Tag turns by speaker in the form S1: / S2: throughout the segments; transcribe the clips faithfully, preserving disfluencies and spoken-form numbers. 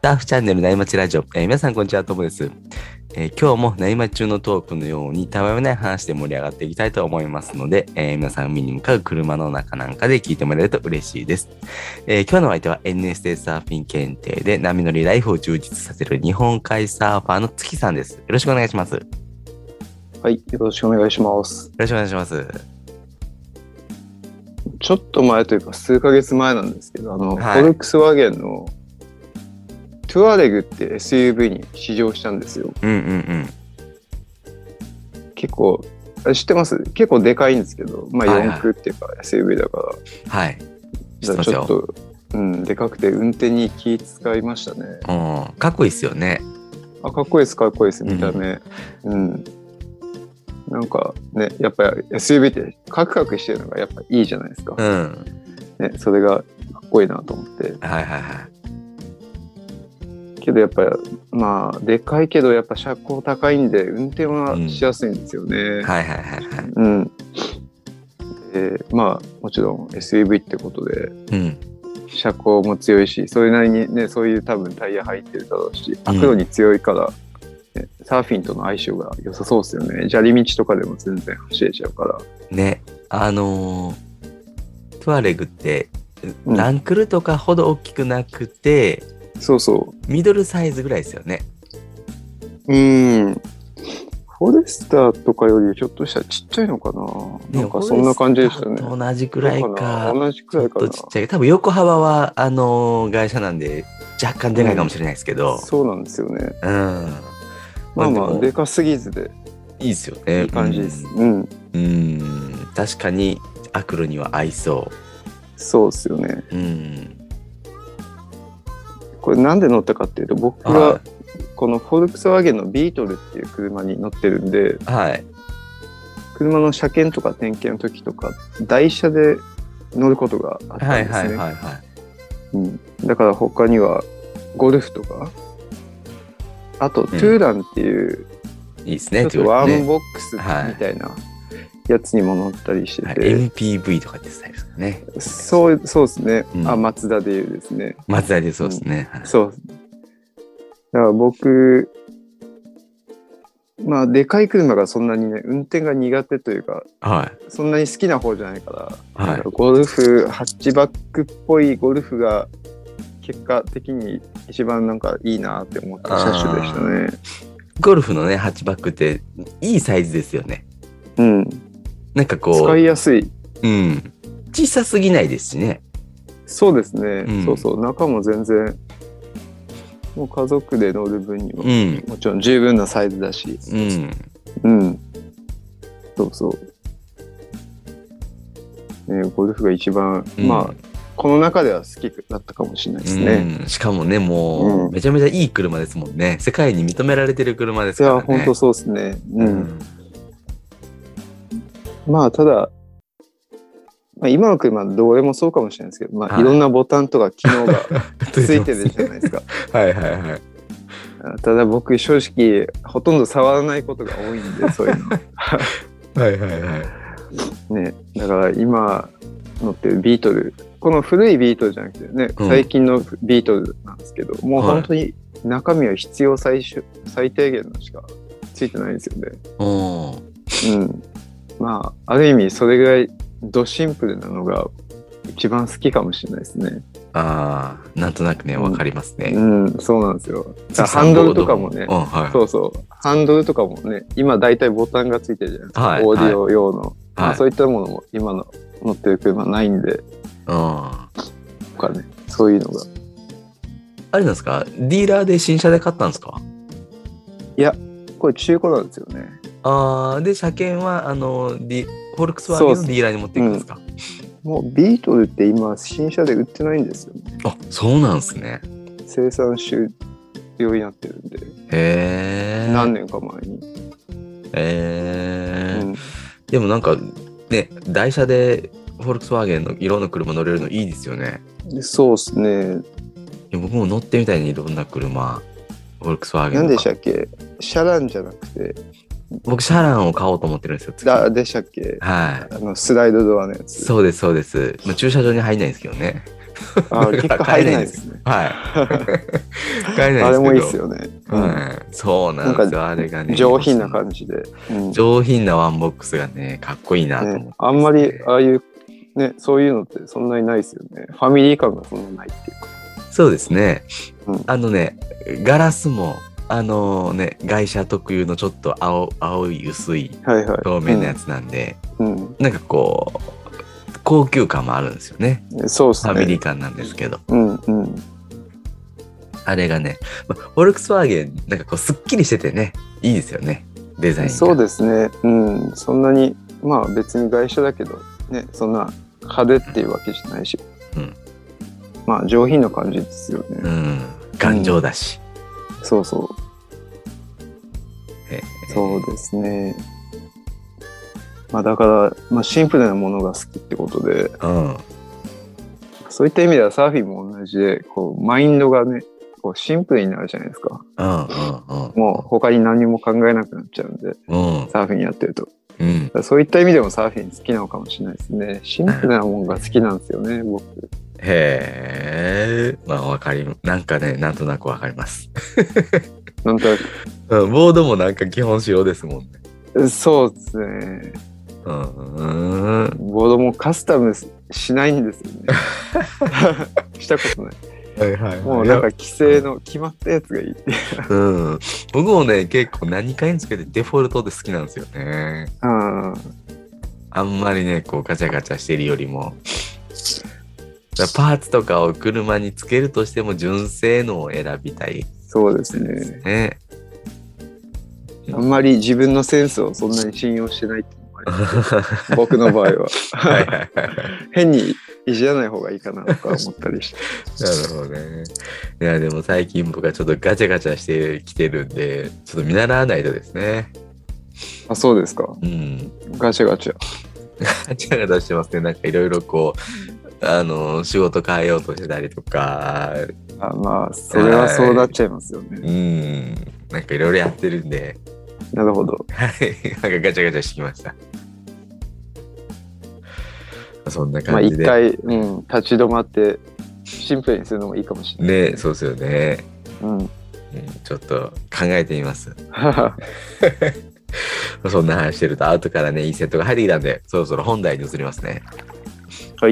S1: ターフチャンネル内町ラジオ、えー、皆さんこんにちは、ともです、えー、今日も内町中のトークのようにたわいもない話で盛り上がっていきたいと思いますので、えー、皆さん海に向かう車の中なんかで聞いてもらえると嬉しいです。えー、今日のお相手は エヌエスエス サーフィン検定で波乗りライフを充実させる日本海サーファーの月さんです。よろしくお願いします。
S2: はい、よろしくお願いします。
S1: よろしくお願いします。
S2: ちょっと前というか数ヶ月前なんですけど、あの、
S1: はい、
S2: フォルクスワーゲンのトゥアレグって エスユーブイ に試乗したんですよ。
S1: うんうんうん。
S2: 結構、知ってます？結構でかいんですけど、まあよん駆っていうか エスユーブイ だから。
S1: はい。
S2: ちょっと、うん、でかくて運転に気使いましたね。
S1: うん、かっこいいですよね。
S2: あ、かっこいいです、かっこいいです、見た目。うん。うんなんかね、やっぱり エスユーブイ ってカクカクしてるのがやっぱいいじゃないですか。
S1: うん。
S2: ね、それがかっこいいなと思って。
S1: はいはいはい。
S2: けどやっぱりまあでかいけどやっぱ車高高いんで運転はしやすいんですよね。うん、
S1: はいはいはいはい。
S2: うん。で、まあもちろん エスユーブイ ってことで、うん、車高も強いし、それなりにねそういう多分タイヤ入ってるだろうし、悪路に強いから。うんサーフィンとの相性が良さそうですよね。砂利道とかでも全然走れちゃうから
S1: ね。あのー、トゥアレグってランクルとかほど大きくなくて、
S2: うん、そうそう
S1: ミドルサイズぐらいですよね。
S2: うーんフォレスターとかよりちょっとしたらちっちゃいのかな、ね、なんかそんな感じでしたね。
S1: 同じくらいか
S2: 同じくらいかな。
S1: ちょっとちっちゃい。多分横幅はあのー、会社なんで若干でかいかもしれないですけど、
S2: うん、そうなんですよね。
S1: うん
S2: まあまあでかすぎずで
S1: いいですよね。
S2: いい感じです。うん。
S1: うん、うん確かにアクロには合いそう。
S2: そうですよね。
S1: うん。
S2: これなんで乗ったかっていうと僕はこのフォルクスワーゲンのビートルっていう車に乗ってるんで、
S1: はい、
S2: 車の車検とか点検の時とか台車で乗ることがあったんですね。はいはいはいはい。うん。だから他にはゴルフとか。あと、うん、トゥーランっていう、
S1: いいですね、
S2: ちょっとワンボックスみたいなやつにも乗ったりしてて。はい、
S1: エムピーブイ とかってスタイルですかね。
S2: そう、そうですね。うん、あ、マツダでいうですね。
S1: マツダでそうですね。
S2: うん、そう。だから僕、まあ、でかい車がそんなにね、運転が苦手というか、はい、そんなに好きな方じゃないから、はい、からゴルフ、ハッチバックっぽいゴルフが、結果的に一番なんかいいなって思った車種でしたね。
S1: ゴルフのねハッチバックっていいサイズですよね。
S2: うん。
S1: なんかこう
S2: 使いやすい。
S1: うん。小さすぎないですしね。
S2: そうですね。うん、そうそう中も全然もう家族で乗る分には、うん、もちろん十分なサイズだし。うん。うん。そうそう。ねゴルフが一番、うん、まあ。この中では好きだったかもしれないですね。
S1: うん、しかもね、もう、うん、めちゃめちゃいい車ですもんね。世界に認められてる車ですからね。
S2: いや、本当そうですね。うん。うん、まあ、ただ、まあ、今の車どれもそうかもしれないですけど、まあ、はい、いろんなボタンとか機能がついてるじゃないですか。
S1: はいはいはい。
S2: ただ僕、正直、ほとんど触らないことが多いんで、そういうの。
S1: はいはいはい。
S2: ね、だから今乗ってるビートル、この古いビートルじゃなくてね、うん、最近のビートルなんですけど、もう本当に中身は必要 最, 最低限のしかついてないんですよね。うん。まあ、ある意味それぐらいドシンプルなのが一番好きかもしれないですね。
S1: ああ、なんとなくね、わかりますね。
S2: うん、うん、そうなんですよ。ハンドルとかもね、うんはい、そうそう、ハンドルとかもね、今だいたいボタンがついてるじゃないですか、はい、オーディオ用の。はいまあ、そういったものも今の乗ってる車ないんで。あとかね、そういうのが
S1: あれなんですかディーラーで新車で買ったんですか？
S2: いやこれ中古なんですよね。
S1: ああで車検はあのディフォルクスワーゲンのディーラーに持っていくんですか？
S2: うん、もうビートルって今新車で売ってないんですよね。
S1: あそうなんですね。
S2: 生産終了になってるんで。
S1: へえ。
S2: 何年か前に。
S1: へえ、うん、でもなんかね台車でフォルクスワーゲンのいろんな車乗れるのいいですよね。
S2: そうですね。
S1: いや僕も乗ってみたいにいろんな車フォルクスワーゲン
S2: 何でしたっけ？シャランじゃなくて
S1: 僕シャランを買おうと思ってるんですよ。
S2: だでしたっけ？
S1: はい。
S2: あのスライドドアのやつ。
S1: そうですそうです。まあ、駐車場に入んないんですけどね。
S2: あ結果入れないですね。
S1: はい。帰れないですけど。
S2: あれもいいですよね。
S1: うん、そうなんですよ。あれがね。
S2: 上品な感じで。
S1: うん、上品なワンボックスがね、かっこいいなと思って、ねね。
S2: あんまりああいう、ね、そういうのってそんなにないですよね。ファミリー感がそんなないっていうか。
S1: そうですね。
S2: うん、
S1: あのね、ガラスも、あのね、外車特有のちょっと青青い薄い表面のやつなんで、
S2: はいはいうん、
S1: なんかこう高級感もあるんですよね。
S2: そうですね。
S1: ファミリー感なんですけど、
S2: うんうん、
S1: あれがね、ま、フォルクスワーゲンなんかこうすっきりしててね、いいですよね、デザインが。
S2: そうですね。うん、そんなにまあ別に外車だけどね、そんな派手っていうわけじゃないし、うん、まあ上品な感じですよね。
S1: うん、頑丈だし。
S2: うん、そうそう。そうですね。まあだから、まあ、シンプルなものが好きってことで、うん、そういった意味ではサーフィンも同じで、こうマインドがね、こうシンプルになるじゃないですか。うんうんうん、もう他に何も考えなくなっちゃうんで、うん、サーフィンやってると、うん、そういった意味でもサーフィン好きなのかもしれないですね。シンプルなものが好きなんですよね、僕。
S1: へえ、まあわかり、なんかね、なんとなくわかります。
S2: なんとなく。
S1: ボードもなんか基本白ですもん
S2: ね。そうですね。うん、ボードもカスタムしないんですよね。したことない。はいはいはい、もうなんか規制の決まったやつがいいって。
S1: うん、僕もね結構何かにつけてデフォルトで好きなんですよね。うん、あんまりねこうガチャガチャしてるよりも。パーツとかを車につけるとしても純正のを選びたい。
S2: そうですね。ね、あんまり自分のセンスをそんなに信用してないっていうのもあります僕の場合は。はいはいはい、変にいじらない方がいいかなとか思ったりして。
S1: なるほどね。いやでも最近僕はちょっとガチャガチャしてきてるんで、ちょっと見習わないとですね。
S2: あ、そうですか。うん。ガチャガチャ。
S1: ガチャガチャしてますね。なんかいろいろこう。あの仕事変えようとしてたりとか、
S2: あまあそれはそうなっちゃいますよね。
S1: うん、なんかいろいろやってるんで。
S2: なるほど。
S1: はいなんかガチャガチャしてきました。そんな感じで。
S2: まあ一回、うん、立ち止まってシンプルにするのもいいかもしれない
S1: ね。ね、そうですよね。うん、うん、ちょっと考えてみます。そんな話してるとアウトからねいいセットが入ってきたんで、そろそろ本題に移りますね。
S2: はい。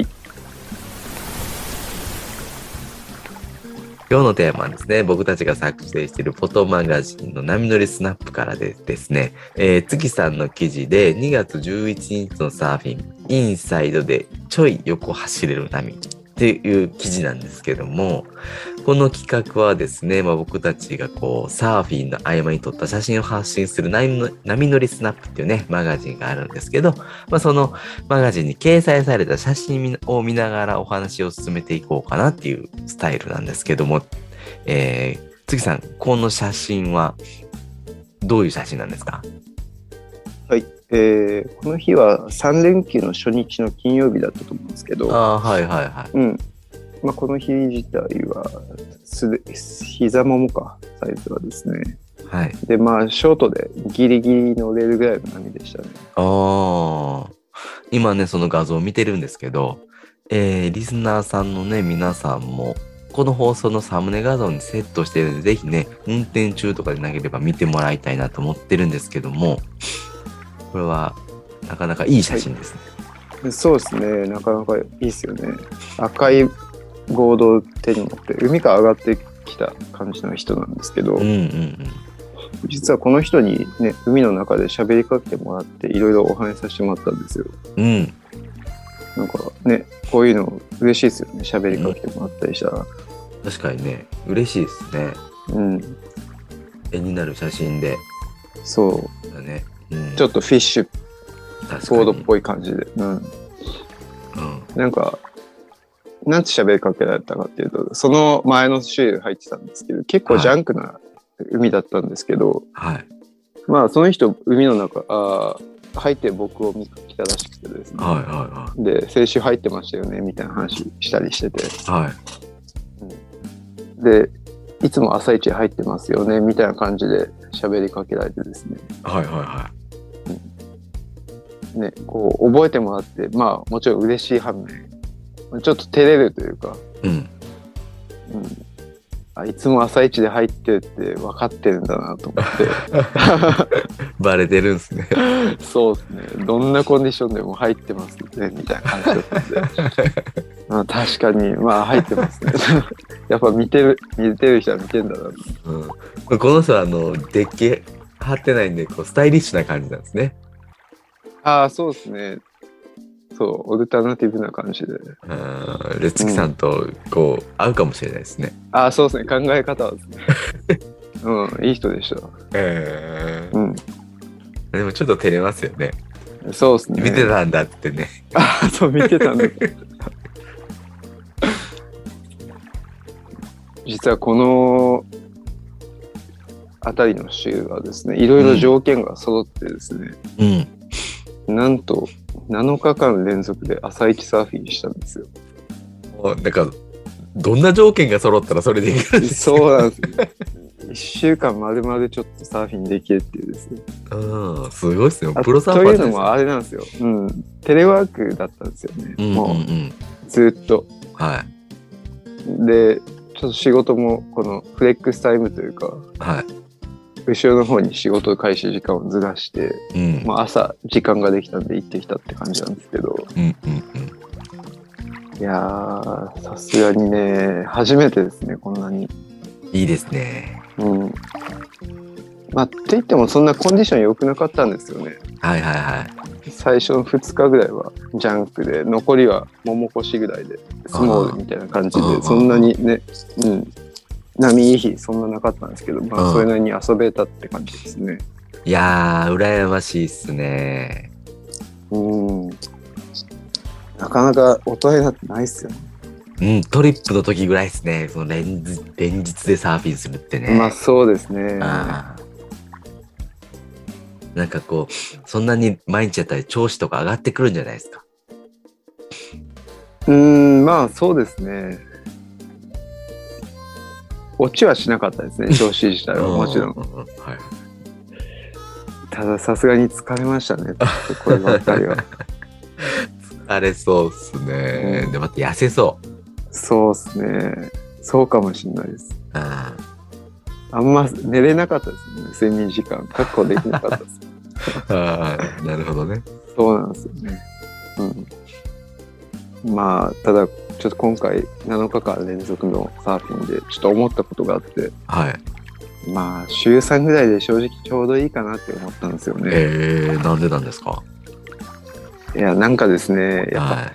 S1: 今日のテーマはですね、僕たちが作成しているフォトマガジンの波乗りスナップからでですね、えー、月さんの記事でにがつじゅういちにちのサーフィン、インサイドでちょい横走れる波っていう記事なんですけども、この企画はですね、まあ、僕たちがこうサーフィンの合間に撮った写真を発信する波乗りスナップっていうね、マガジンがあるんですけど、まあ、そのマガジンに掲載された写真を見ながらお話を進めていこうかなっていうスタイルなんですけども、えー、月さん、この写真はどういう写真なんですか？
S2: はい、えー、この日はさん連休の初日の金曜日だったと思うんですけど、
S1: あ、はいはいはい。
S2: うん。まあ、この日自体はすで膝ももかサイズはですね。はい。でまあショートでギリギリ乗れるぐらいの波でしたね。
S1: ああ、今ねその画像を見てるんですけど、えー、リスナーさんのね皆さんもこの放送のサムネ画像にセットしているので、ぜひね運転中とかでなければ見てもらいたいなと思ってるんですけども、これはなかなかいい写真ですね。
S2: はい、そうですね、なかなかいいですよね。赤いボードを手に持って海から上がってきた感じの人なんですけど、うんうんうん、実はこの人にね海の中で喋りかけてもらっていろいろお話しさせてもらったんですよ。うん、なんかねこういうの嬉しいですよね、喋りかけてもらったりしたら。
S1: うん、確かにね嬉しいですね。うん、絵になる写真で。
S2: そう
S1: だね、
S2: うん、ちょっとフィッシュボードっぽい感じで、うんうん、なんかなんて喋りかけられたかっていうと、その前の週入ってたんですけど、結構ジャンクな海だったんですけど、はい、まあその人海の中あ入って僕を見来たらしくてですね、はいはいはい、で先週入ってましたよねみたいな話したりしてて、はい、でいつも朝一入ってますよねみたいな感じで喋りかけられてですね、はいはいはい、うん、ねこう覚えてもらって、まあもちろん嬉しい反面ちょっと照れるというか、
S1: うん。
S2: うん、あいつも朝一で入ってるって分かってるんだなと思って
S1: バレてるんですね。
S2: そうですね、どんなコンディションでも入ってますねみたいな感じだったんでまあ確かにまあ入ってますねやっぱ見てる見てる人は見てんだな、
S1: うん、この人はあのデッキ張ってないんでこうスタイリッシュな感じなんですね。
S2: ああそうですね、そうオルタナティブな感じで、
S1: うん、レツキさんとこう、うん、合うかもしれないですね。
S2: ああそうですね、考え方はですねうんいい人でした。
S1: えー、
S2: うん、
S1: でもちょっと照れますよね。
S2: そうですね、
S1: 見てたんだってね。
S2: ああそう見てたんだ実はこのあたりの週はですね、いろいろ条件が揃ってですね、うん、なんとなのかかん連続で朝一サーフィンしたんですよ。
S1: なんかどんな条件が揃ったらそれできるんですか？
S2: そうなんですねいっしゅうかんまるまるちょっとサーフィンできるっていうですね。
S1: うん、すごいですね。プロサーファーですね。
S2: というのもあれなんですよ、うん、テレワークだったんですよね、うんうんうん、もうずっと。
S1: はい。
S2: でちょっと仕事もこのフレックスタイムというか、はい、後ろの方に仕事開始時間をずらして、うんまあ、朝時間ができたんで行ってきたって感じなんですけど、うんうんうん、いやーさすがにね初めてですねこんなに。
S1: いいですね。
S2: うんまあって言ってもそんなコンディション良くなかったんですよね。
S1: はいはいはい。
S2: 最初のふつかぐらいはジャンクで残りはもも腰ぐらいでスモールみたいな感じでそんなにね、うん、波いい日そんななかったんですけど、まあそれなりに遊べたって感じですね。
S1: いやー羨ましいっすね。
S2: うんなかなか大人になってないっすよね。
S1: うん、トリップの時ぐらいですね。その連日、連日でサーフィンするってね。
S2: まあそうですね。
S1: あなんかこうそんなに毎日やったら調子とか上がってくるんじゃないですか？
S2: うーんまあそうですね。落ちはしなかったですね調子自体はもちろん、はい、たださすがに疲れましたねこればっかりは
S1: 疲れそうっすね、うん、でまた痩せそう。
S2: そうっすね、そうかもしれないです。ああんま寝れなかったですね、睡眠時間確保できなかったです
S1: ああなるほどね。
S2: そうなんですよね、うん、まあただちょっと今回なのかかん連続のサーフィンでちょっと思ったことがあって、はい、まあ週さんぐらいで正直ちょうどいいかなって思ったんですよね。
S1: えー、なんでなんですか？
S2: いやなんかですねやっぱ、はい、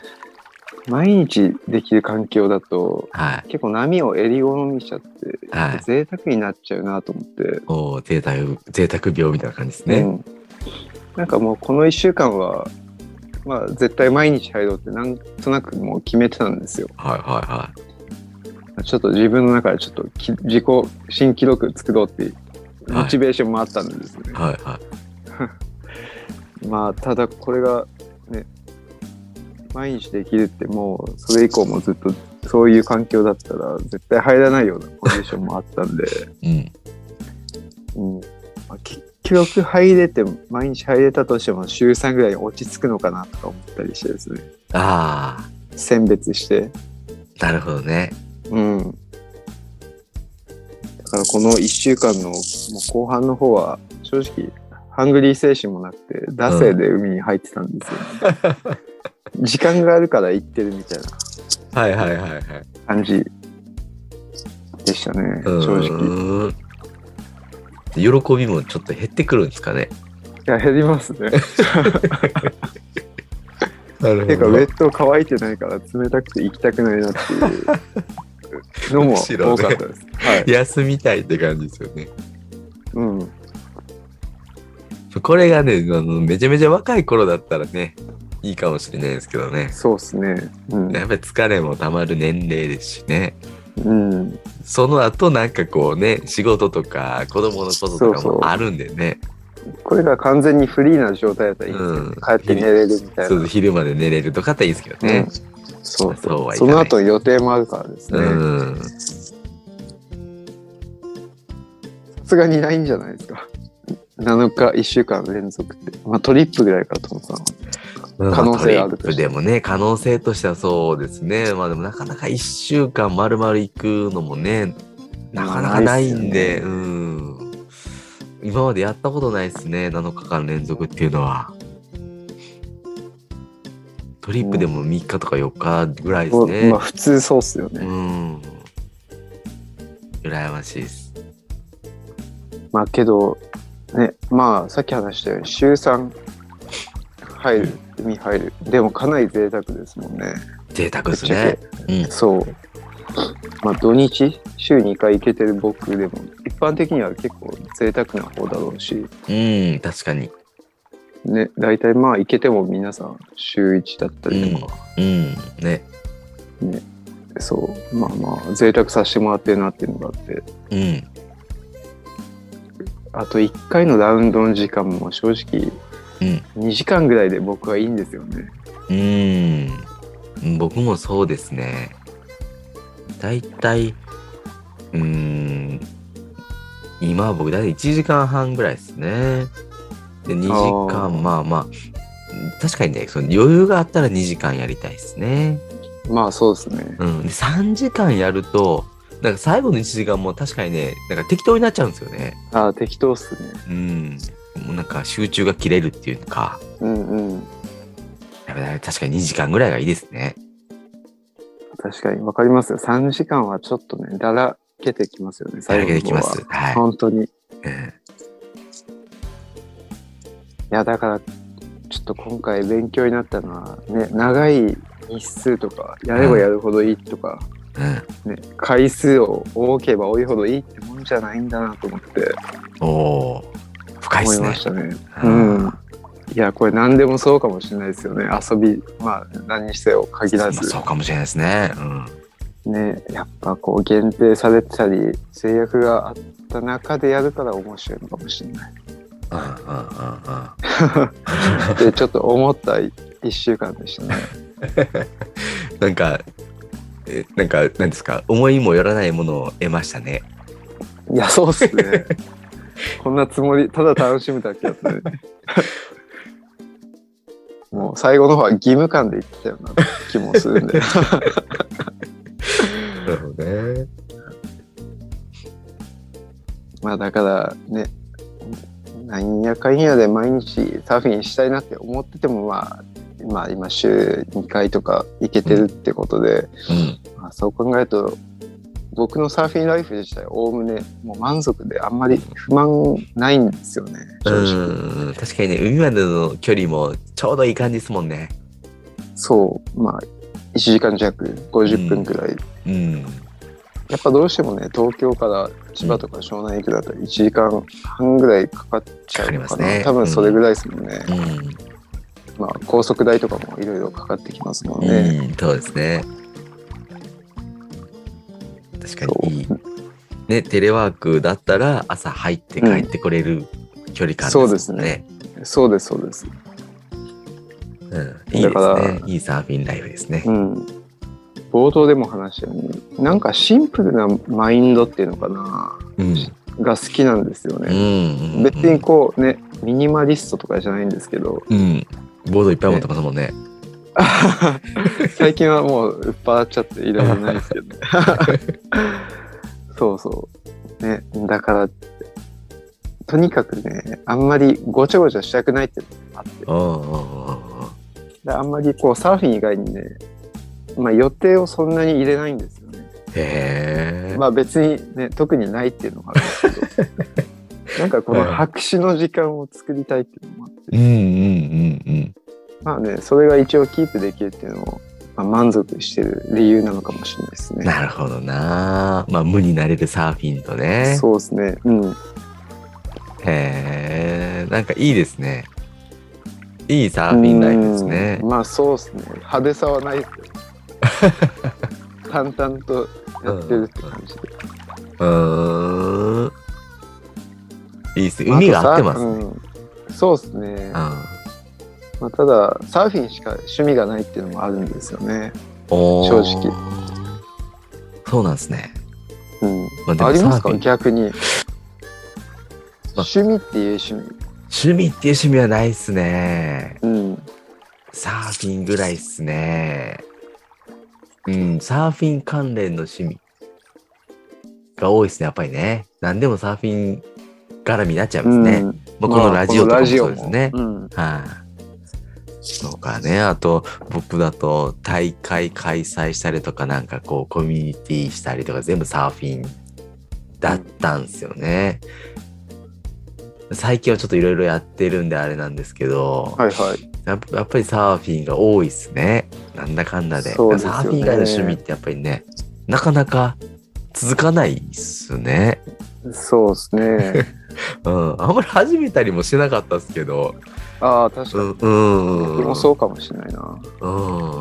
S2: 毎日できる環境だと、はい、結構波を襟好みしちゃって、はい、贅沢になっちゃうなと思って。
S1: おー、贅沢、贅沢病みたいな感じですね、うん、
S2: なんかもうこのいっしゅうかんはまあ絶対毎日入ろうってなんとなくもう決めてたんですよ。はいはいはい。ちょっと自分の中でちょっと自己新記録作ろうっていうモチベーションもあったんですね。はいはいはい。まあただこれがね毎日できるってもうそれ以降もずっとそういう環境だったら絶対入らないようなコンディションもあったんで、うんうんまあ、結局入れて毎日入れたとしても週さんぐらいに落ち着くのかなとか思ったりしてですね。ああ選別して。
S1: なるほどね。
S2: うんだからこのいっしゅうかんのもう後半の方は正直ハングリー精神もなくて惰性で海に入ってたんですよね、うん、時間があるから行ってるみたいなはいはいはいはい感じでしたね正直。
S1: 喜びもちょっと減ってくるんですかね？
S2: いや減りますねてかウェット乾いてないから冷たくて行きたくないなっていうのも多かったです、ねはい、
S1: 休みたいって感じですよね。
S2: うん
S1: これがねあのめちゃめちゃ若い頃だったらねいいかもしれないですけどね。
S2: そうですね、
S1: うん、やっぱり疲れもたまる年齢ですしね。
S2: うん、
S1: その後なんかこうね仕事とか子供のこととかもあるんでね。
S2: そうそうこれが完全にフリーな状態だったらいいですよね、うん、帰って寝れるみたいな。
S1: そう昼まで寝れるとかだったらいいですけどね、うん、
S2: そうそうはいその後予定もあるからですね。うんさすがにないんじゃないですかなのかいっしゅうかん連続って、まあトリップぐらいかと思ったの。
S1: うん
S2: 可能性ある
S1: トリップでもね、可能性としてはそうですね。まあでもなかなかいっしゅうかん丸々行くのもね、なかなかないんで、
S2: まあないっすよね
S1: うん。今までやったことないですね、なのかかん連続っていうのは。トリップでもみっかとかよっかぐらいですね。
S2: まあ普通そうっすよね。
S1: うん。羨ましいです。
S2: まあけど、ね、まあさっき話したように週さん入る、海入る。でもかなり贅沢ですもんね。
S1: 贅沢ですね。うん。
S2: そう。まあ土日、週にかい行けてる僕でも、一般的には結構贅沢な方だろうし、
S1: うん、確かに。
S2: ね、大体まあ行けても皆さん週いちだったりとか、
S1: うん、うん、ね。
S2: ね、そう、まあまあ贅沢させてもらってるなっていうのがあって、
S1: うん。
S2: あといっかいのラウンドの時間も正直
S1: うん。
S2: にじかんぐらいで僕はいいんですよね。
S1: うん。僕もそうですね。だいたい、うーん、今は僕だいたいいちじかんはんぐらいですね。で、にじかん、まあまあ、確かにね、その余裕があったらにじかんやりたいですね。
S2: まあそうですね。
S1: うん。で、さんじかんやると、なんか最後のいちじかんも確かにね、なんか適当になっちゃうんですよね。
S2: ああ、適当っすね。
S1: うん。もうなんか集中が切れるっていうか、
S2: うんうん。
S1: やっぱり確かににじかんぐらいがいいですね。
S2: 確かにわかりますよ。さんじかんはちょっとね、だらけてきますよね。
S1: だらけ
S2: 最後の方は
S1: てきます。はい。
S2: 本当に。い
S1: うん
S2: や、だから、ちょっと今回勉強になったのは、ね、長い日数とか、やればやるほどいいとか、
S1: うん。
S2: ね、回数を多ければ多いほどいいってもんじゃないんだなと思って
S1: おお、深いですね。
S2: 思いましたね。
S1: う
S2: うん。いや、これ何でもそうかもしれないですよね。遊び、まあ何にせよ限ら
S1: まあ
S2: ず。
S1: そうかもしれないですね。うん。
S2: ね、やっぱこう限定されてたり、制約があった中でやるから面白いのかもしれない。
S1: うんうんうんうん。
S2: で、ちょっと思ったいっしゅうかんでしたね。
S1: なんか、えなんか、なんですか、思いもよらないものを得ましたね。
S2: いや、そうっすね。こんなつもり、ただ楽しむだけやったね。もう最後の方は義務感で言ってたような気もするんで。
S1: なるほどね。
S2: まあだからね、なんやかんやで毎日サーフィンしたいなって思ってても、まあ、まあ今週にかいとか行けてるってことで、
S1: うん。
S2: まあ、そう考えると僕のサーフィンライフ自体おおむねもう満足であんまり不満ないんですよね、正直。
S1: うん。確かにね、海までの距離もちょうどいい感じですもんね。
S2: そうまあいちじかんじゃくごじゅっぷんくらい、
S1: うん。
S2: やっぱどうしてもね東京から千葉とか湘南行くだったらいちじかんはんぐらいかかっちゃうのかな。
S1: かかりますね
S2: 多分それぐらいですもんね。
S1: うん。
S2: まあ高速代とかもいろいろかかってきますもんね。
S1: うん、そうですね。確かにいい。ね、テレワークだったら朝入って帰ってこれる距離感ですもんね。
S2: そうですそうです。
S1: うん、いいです
S2: だから
S1: ね。いいサーフィンライフですね。
S2: うん。冒頭でも話したように、なんかシンプルなマインドっていうのかな、
S1: うん。
S2: が好きなんですよ
S1: うん
S2: ね。
S1: うんうん、
S2: 別にこうね、ミニマリストとかじゃないんですけど、
S1: うん。ボードいっぱい持ってますもんね。
S2: 最近はもう売っ払っちゃっていろいろないですけどね。そうそう。ね、だから、とにかくね、あんまりごちゃごちゃしたくないっていうのがあって、
S1: うんうんうんうん。
S2: であんまりこうサーフィン以外にね、まあ予定をそんなに入れないんですよね。
S1: へえ。
S2: まあ別にね、特にないっていうのがあるんですけど、なんかこの白紙の時間を作りたいっていうのもあって、
S1: うんうんうんうん。
S2: まあね、それが一応キープできるっていうのを、まあ、満足してる理由なのかもしれないですね。
S1: なるほどな。まあ無になれるサーフィンとね。
S2: そうですね。うん。
S1: へえ。なんかいいですね。いいサーフィンライフですね。
S2: まあそうですね。派手さはないですけど。淡々とやってるって感じで。
S1: うーん。いいですね。海が合ってますね。
S2: うん、そうですね。
S1: うん。
S2: まあ、ただサーフィンしか趣味がないっていうのもあるんですよね。
S1: おー
S2: 正直。
S1: そうなんですね。
S2: うん。
S1: まあでも
S2: ありますか
S1: サーフィン
S2: 逆に。
S1: まあ
S2: 趣味っていう趣味。
S1: 趣味っていう趣味はないっすね。
S2: うん。
S1: 好サーフィンぐらいっすね。うん、サーフィン関連の趣味が多いですね、やっぱりね。何でもサーフィン絡みになっちゃいますね。
S2: うん、
S1: まあ、このラジオとかもそうですね。
S2: まあこのラジオもうん、
S1: はい、とかね、あと僕だと大会開催したりとかなんかこうコミュニティしたりとか全部サーフィンだったんですよね。うん、最近はちょっといろいろやってるんであれなんですけど、
S2: はいはい、
S1: やっぱ、やっぱりサーフィンが多いですね。なんだかんだで。
S2: そうですよね。
S1: サーフィン以外の趣味ってやっぱりね、なかなか続かないっすね。
S2: そうですね。
S1: うん、あんまり始めたりもしなかったですけど。
S2: ああ、確かに。
S1: うん、うん、
S2: 僕もそうかもしれないな。
S1: うん。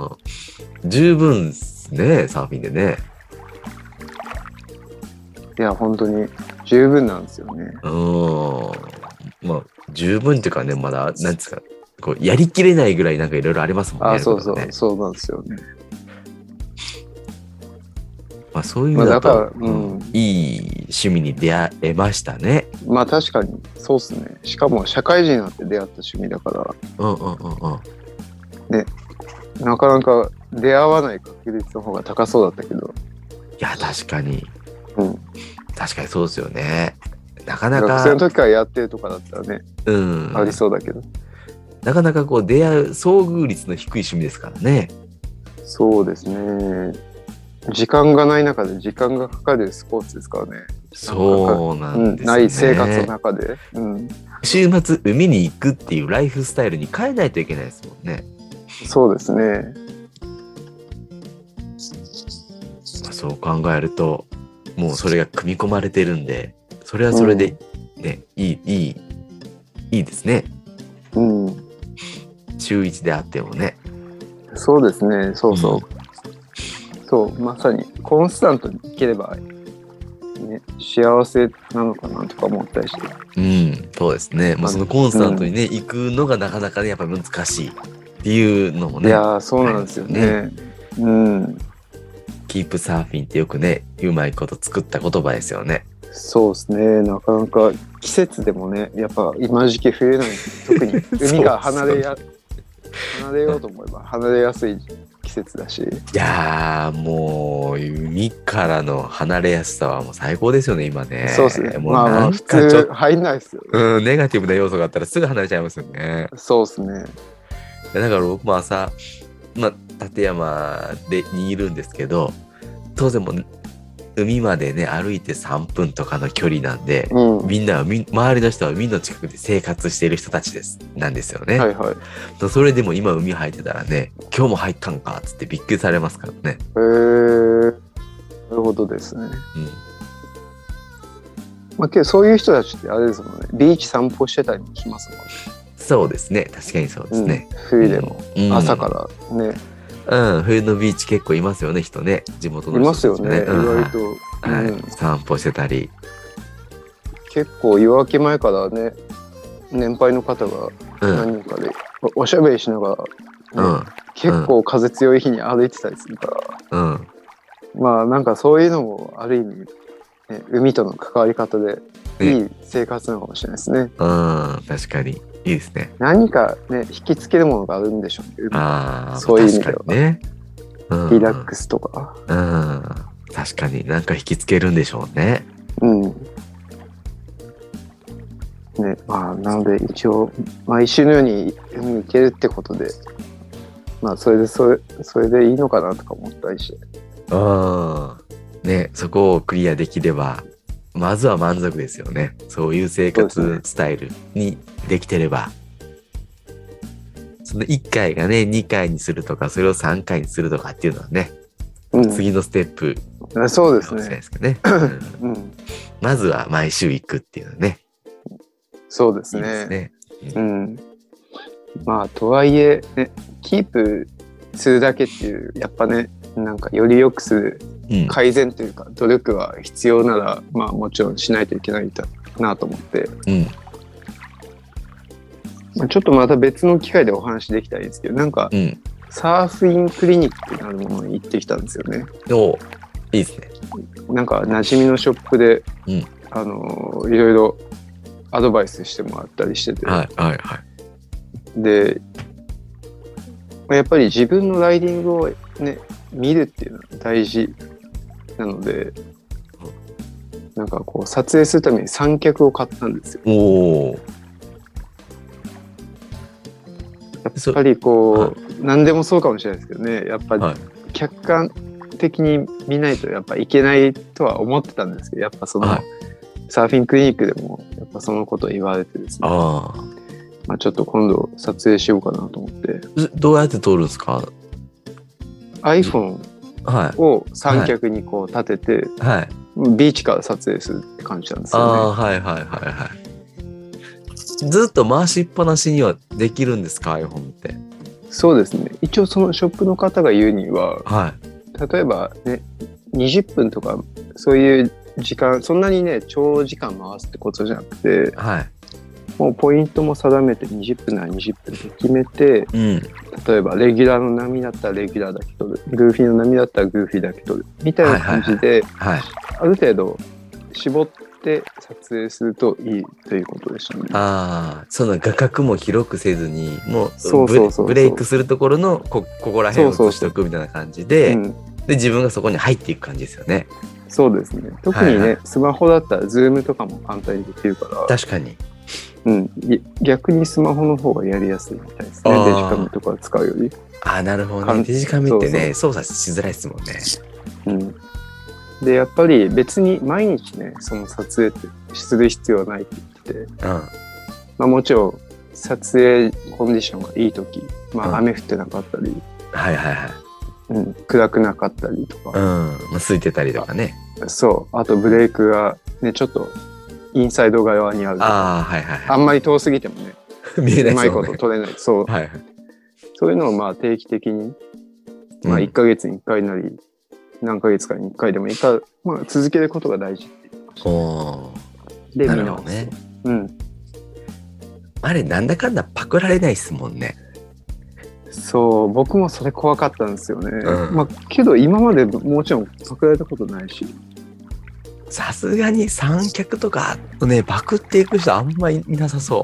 S1: 十分っすね、サーフィンでね。
S2: いや、本当に十分なんですよね。
S1: うん。まあ、十分っていうかね、まだ、なんですか、こうやりきれないぐらいなんかいろいろありますもんね。
S2: ああ、そうそう、
S1: ね、
S2: そうなんですよね。
S1: まあ、そういう意味だと、
S2: まあ、だから、うん、
S1: いい趣味に出会えましたね。
S2: まあ確かにそうっすね。しかも社会人になって出会った趣味だから、
S1: うんうんうんうん。
S2: ね、なかなか出会わない確率の方が高そうだったけど。
S1: いや、確かに。
S2: うん。
S1: 確かにそうですよね。なかなか。
S2: 学生の時からやってるとかだったらね、
S1: うん。
S2: ありそうだけど。
S1: なかなかこう出会う、遭遇率の低い趣味ですからね。
S2: そうですね。時間がない中で時間がかかるスポーツですからね。
S1: そうなんですね。
S2: うん、ない生活の中で、うん。
S1: 週末海に行くっていうライフスタイルに変えないといけないですもんね。
S2: そうですね。
S1: まあ、そう考えるともうそれが組み込まれてるんで、それはそれでね、うん、いいいいいいですね。
S2: うん。
S1: 週一であってもね。
S2: そうですね。そうそう。うんそうまさにコンスタントにいければ、ね、幸せなのかなとか思ったりして。
S1: うん、そうですね。まあ、そのコンスタントにね、うん、行くのがなかなかねやっぱり難しいっていうのもね。
S2: いやそうなんですよね。うん。
S1: キープサーフィンってよくねうまいこと作った言葉ですよね。
S2: そうですね。なかなか季節でもねやっぱ今時期冬なんで特に海が離れや離れようと思えば離れやすい季節だし。
S1: いやーもう海からの離れやすさはもう最高ですよね今ね。
S2: そうですね。
S1: もうなんかまあまあ
S2: 普通入んないですよね。
S1: うん、ネガティブな要素があったらすぐ離れちゃいますよね。
S2: そうですね。
S1: だから僕も朝、まあ、立山でにいるんですけど、当然もう海までね歩いてさんぷんとかの距離なんで、うん、みんなはみ周りの人は海の近くで生活している人たちですなんですよね。
S2: はいはい。
S1: それでも今海入ってたらね、今日も入ったんかっつってびっくりされますからね。
S2: へー、なるほどですね。うん。まあけどそういう人たちってあれですもんね。ビーチ散歩してたりもしますもんね。
S1: そうですね、確かにそうですね。
S2: うん、冬でも、うん、朝からね。
S1: うん、冬のビーチ結構いますよね、人ね。地元の人たちね。
S2: いますよね、意外と、
S1: はいうん。散歩してたり。
S2: 結構夜明け前からね、年配の方が何人かで、うん、おしゃべりしながら、ねうん、結構風強い日に歩いてたりするから、うん、まあなんかそういうのもある意味、ね、海との関わり方でいい生活なのかもしれないですね。
S1: うん、確かに。いいですね。
S2: 何かね引きつけるものがあるんでしょうね。
S1: ああ、
S2: そういう意味では
S1: ね、うん。
S2: リラックスとか。
S1: うん。確かに何か引きつけるんでしょうね。
S2: うん。ね、まあなので一応毎週のように海に行けるってことで、まあそれでそれそれでいいのかなとか思ったりして。
S1: ああ、ね、そこをクリアできれば。まずは満足ですよね。そういう生活スタイルにできてれば。そのいっかいがね、にかいにするとか、それをさんかいにするとかっていうのはね、うん、次のステップ、
S2: そうですね。
S1: ですかね、うんうん。まずは毎週行くっていうのはね。
S2: そうですね。いいですね。うん。うん、まあ、とはいえ、ね、キープするだけっていう、やっぱね、なんかより良くする改善というか、うん、努力は必要なら、まあもちろんしないといけないなと思って、うんまあ、ちょっとまた別の機会でお話できたらいいですけど、なんか、うん、サーフィンクリニックなるものに行ってきたんですよね。
S1: お、いいですね。
S2: なんか馴染みのショップで、うん、あのいろいろアドバイスしてもらったりしてて、
S1: はいはいはい。
S2: でやっぱり自分のライディングをね、見るっていうのは大事なので、なんかこう撮影するために三脚を買ったんですよ。
S1: おお。
S2: やっぱりこう、はい、何でもそうかもしれないですけどね、やっぱり客観的に見ないとやっぱいけないとは思ってたんですけど、やっぱその、はい、サーフィンクリニックでもやっぱそのことを言われてですね、あ、まあ、ちょっと今度撮影しようかなと思って。
S1: どうやって撮るんですか？
S2: iPhone を三脚にこう立てて、はい、ビーチから撮影するって感じなんですよね。あ、
S1: はいはいはいはい。ずっと回しっぱなしにはできるんですか、 iPhone って？
S2: そうですね。一応そのショップの方が言うには、はい、例えばね、にじゅっぷんとかそういう時間、そんなにね長時間回すってことじゃなくて、はい、もうポイントも定めてにじゅっぷんならにじゅっぷんで決めて、うん、例えばレギュラーの波だったらレギュラーだけ取る、グーフィーの波だったらグーフィーだけ取るみたいな感じで、はいはいはい、ある程度絞って撮影するといいということでしたね。
S1: ああ、その画角も広くせずに、もうそうそうそうそう、ブレイクするところの こ, ここら辺を映しておくみたいな感じで、そうそうそう、うん、で自分がそこに入っていく感じですよね。
S2: そうですね。特にね、はいはい、スマホだったらズームとかも簡単にできるから。
S1: 確かに。
S2: うん、逆にスマホの方がやりやすいみたいですね。デジカメとか使うより。
S1: ああ、なるほどね。デジカメってね、そうそう、操作しづらいですもんね。
S2: うん。でやっぱり別に毎日ねその撮影ってする必要はないって言ってて、うん、まあ、もちろん撮影コンディションがいい時、まあ、うん、雨降ってなかったり、はいはいはい、うん、暗くなかったりとか、うん、
S1: まあ、空いてたりとかね。
S2: そう、あとブレイクがねちょっとインサイド側にあるとか、あ、はいはいはい、あんまり遠すぎてもね見えない、ね、うまいこと撮れない、そう、はいはい、そういうのをまあ定期的に、まあ、いっかげつにいっかいなり、うん、何ヶ月かにいっかいでもいいから、まあ、続けることが大事って言ってました。おで、
S1: なるほどね。うん。あれ、なんだかんだパクられないっすもんね。
S2: そう、僕もそれ怖かったんですよね。うん、まあ、けど今までもちろんパクられたことないし。
S1: さすがに三脚とかね、パクっていく人あんまりいなさそう。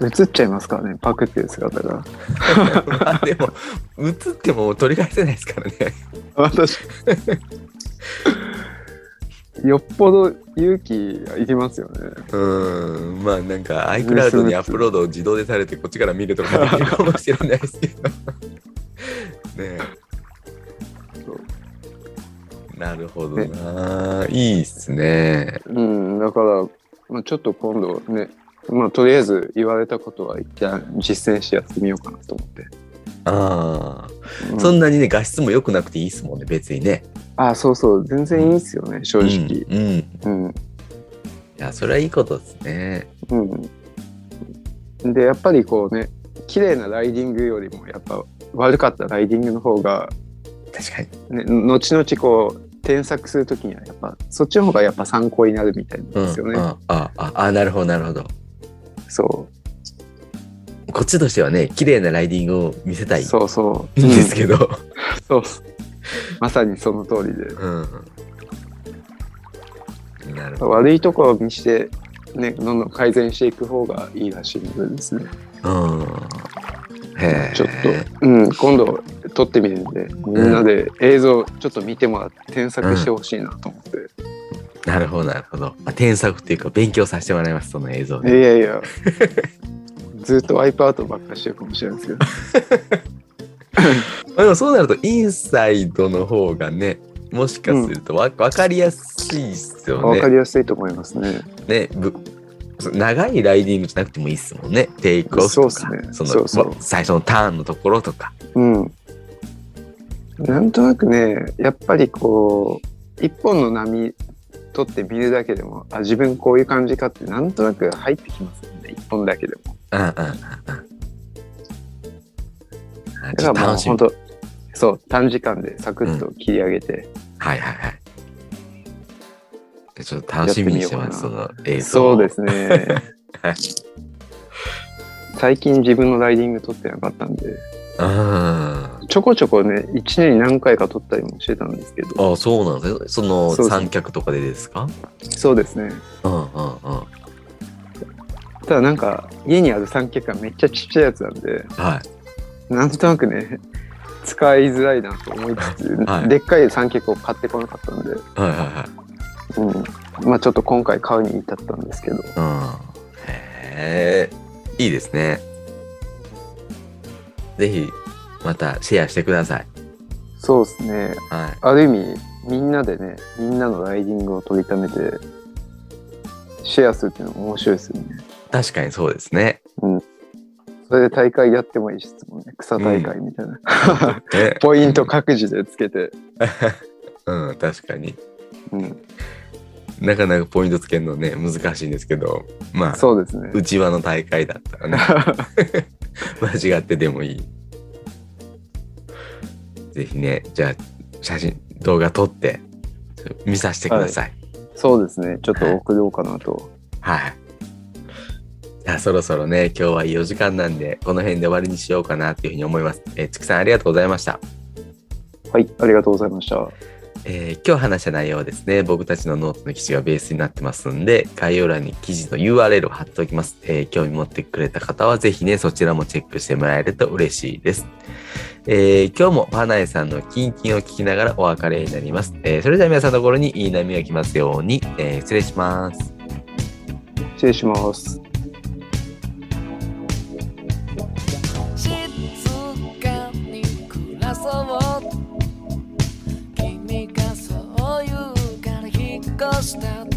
S2: 映っちゃいますからね、パクっていう姿が。
S1: まあでも、映っても取り返せないですからね。
S2: 私よっぽど勇気がいりますよね。うん、
S1: まあなんか iCloud にアップロードを自動でされてこっちから見るとかできるかもしれないですけどねえ。なるほどな、いいっすね。
S2: うん、だから、まあ、ちょっと今度ね、まあとりあえず言われたことは一旦実践してやってみようかなと思って。
S1: ああ、うん、そんなにね画質も良くなくていいっすもんね、別にね。
S2: ああ、そうそう、全然いいっすよね、うん、正直。うん、
S1: うんうん、いや、それはいいことですね。
S2: うん。で、やっぱりこうね、綺麗なライディングよりもやっぱ悪かったライディングの方が
S1: 確か
S2: に、ね、後々こう添削するときにはやっぱそっちの方がやっぱ参考になるみたいなんですよね。うん、
S1: ああああ、なるほどなるほど。
S2: そう。
S1: こっちとしてはね、綺麗なライディングを見せたい。
S2: そうそう。
S1: いいんですけど。うん、
S2: そう。まさにその通りで。うん。なるほど。悪いところを見してね、どんどん改善していく方がいいらしいのでですね。うん。へえ。ちょっと、うん、今度撮ってみるんで、みんなで映像ちょっと見てもらって添削してほしいなと思って。うん
S1: うん、なるほどなるほど。まあ、添削っていうか勉強させてもらいます、その映像で。
S2: いやいや。ずっとワイプアウトばっかしてるかもしれないですけど。
S1: でもそうなるとインサイドの方がね、もしかするとわ、うん、分かりやすいっすよね。
S2: 分かりやすいと思いますね。
S1: ね、ぶ長いライディングじゃなくてもいいっすもんね。テイクオフとか、そうっすね、そのそうそう最初のターンのところとか。
S2: うん。なんとなくね、やっぱりこう一本の波取って見るだけでも、あ、自分こういう感じかってなんとなく入ってきますよね。一本だけでも。うんうんうんうん。だからもう本当そう短時間でサクッと切り上げて、うん、
S1: はいはいはい。ちょっと楽しみにしてます、その映像。
S2: そうですね。最近自分のライディング撮ってなかったんで、あ、ちょこちょこねいちねんに何回か撮ったりもしてたんですけど。
S1: ああ、そうなんですね。その三脚とかでですか？
S2: そうですね。うんうんうん。ただなんか家にある三脚がめっちゃちっちゃいやつなんで、はい。 なんとなくね、使いづらいなと思いつつ、
S1: はい、
S2: でっかい三脚を買ってこなかったんで、
S1: はいはいはい。
S2: うん、まあちょっと今回買うに至ったんですけど。うん、
S1: へえ、いいですね。ぜひまたシェアしてください。
S2: そうですね。はい、ある意味みんなでね、みんなのライディングを取りためてシェアするっていうのも面白いですよね。
S1: 確かにそうですね。
S2: うん。それで大会やってもいいですもんね。草大会みたいな。
S1: うん、
S2: ポイント各自でつけて。
S1: うん、確かに。
S2: うん。
S1: なかなかポイントつけるのね難しいんですけど、まあ
S2: そうですね。
S1: 内輪の大会だったらね間違ってでもいい。ぜひね、じゃあ写真動画撮って見させてください。はい、
S2: そうですね。ちょっと送ろうかなと。
S1: はい。はい、じゃあそろそろね、今日はいいお時間なんでこの辺で終わりにしようかなっていうふうに思います。えー、つきさんありがとうございました。
S2: はい、ありがとうございました。
S1: えー、今日話した内容はですね、僕たちのノートの記事がベースになってますんで、概要欄に記事の ユーアールエル を貼っておきます。えー、興味持ってくれた方はぜひね、そちらもチェックしてもらえると嬉しいです。えー、今日もパナエさんのキンキンを聞きながらお別れになります。えー、それでは皆さんのところにいい波が来ますように、えー、失礼します。
S2: 失礼します。
S3: 静かに暮らそう君がそう言うから引っ越した